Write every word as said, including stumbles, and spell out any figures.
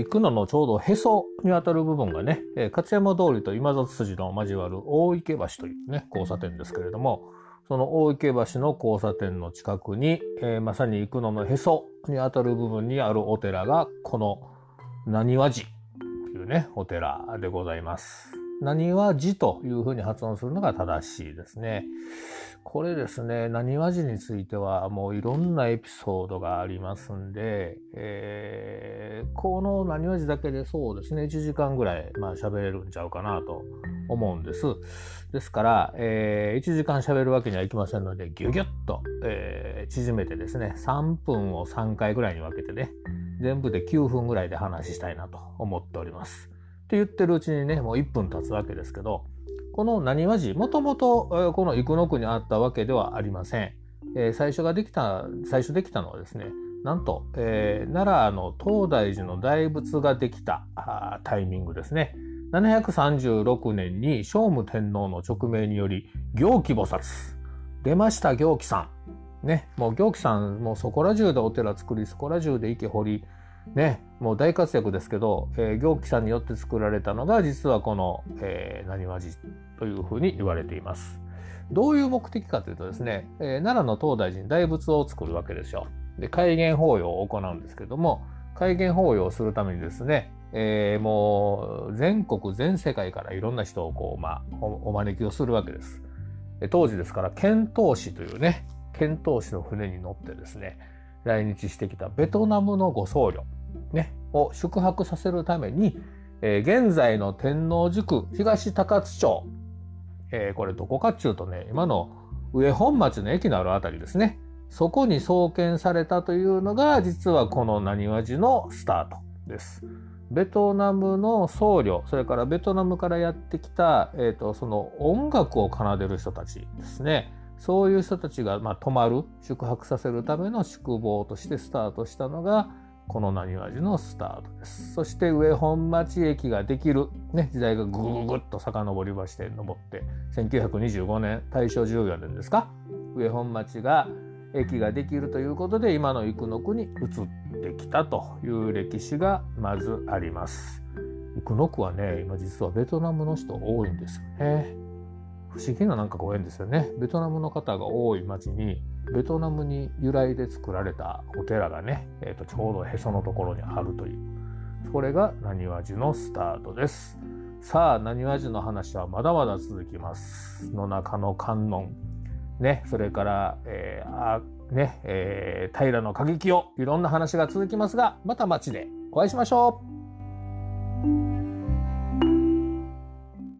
ー、生野のちょうどへそにあたる部分がね、えー、勝山通りと今里筋の交わる大池橋というね、交差点ですけれども、その大池橋の交差点の近くに、えー、まさに生野のへそにあたる部分にあるお寺が、この浪速寺というね、お寺でございます。浪速寺というふうに発音するのが正しいですね。これですね、浪速寺についてはもういろんなエピソードがありますんで、えー、この浪速寺だけでそうですね、いちじかんぐらいまあ喋れるんちゃうかなと思うんです。ですから、えー、いちじかん喋るわけにはいきませんので、ギュギュッと、えー、縮めてですね、さんぷんをさんかいぐらいに分けてね、全部できゅうふんぐらいで話したいなと思っております。って言ってるうちにね、もういっぷん経つわけですけど、この浪速寺、もともとこの生野区にあったわけではありません。えー、最初ができた、最初できたのはですね、なんと、えー、奈良の東大寺の大仏ができたタイミングですね。ななひゃくさんじゅうろくねんに聖武天皇の勅命により、行基菩薩、出ました行基さん。ね、もう行基さん、もうそこら中でお寺作り、そこら中で池掘り、ね、もう大活躍ですけど、えー、行基さんによって作られたのが実はこの、えー、浪速寺というふうに言われています。どういう目的かというとですね、えー、奈良の東大寺に大仏を作るわけですよ。で、開眼法要を行うんですけども、開眼法要をするためにですね、えー、もう全国全世界からいろんな人をこう、まあ、お, お招きをするわけです。当時ですから遣唐使というね、遣唐使の船に乗ってですね、来日してきたベトナムのご僧侶、ね、を宿泊させるために、えー、現在の天王寺区東高津町、えー、これどこかっちゅうとね、今の上本町の駅のあるあたりですね、そこに創建されたというのが実はこの浪速寺のスタートです。ベトナムの僧侶、それからベトナムからやってきた、えーと、その音楽を奏でる人たちですね。そういう人たちが、まあ、泊まる、宿泊させるための宿坊としてスタートしたのが、この浪速寺のスタートです。そして上本町駅ができる、ね、時代がぐぐぐっと遡りまして、登って、せんきゅうひゃくにじゅうごねん、大正じゅうよねんですか、上本町が、駅ができるということで、今の生野区に移ってきたという歴史がまずあります。生野区はね、今実はベトナムの人多いんですよね。不思議ななんかご縁ですよね。ベトナムの方が多い町に、ベトナムに由来で作られたお寺がね、えーと、ちょうどへそのところにあるという。それが浪速寺のスタートです。さあ、浪速寺の話はまだまだ続きます。野中の観音、ね、それから、えーあねえー、平の過激を、いろんな話が続きますが、また町でお会いしましょう。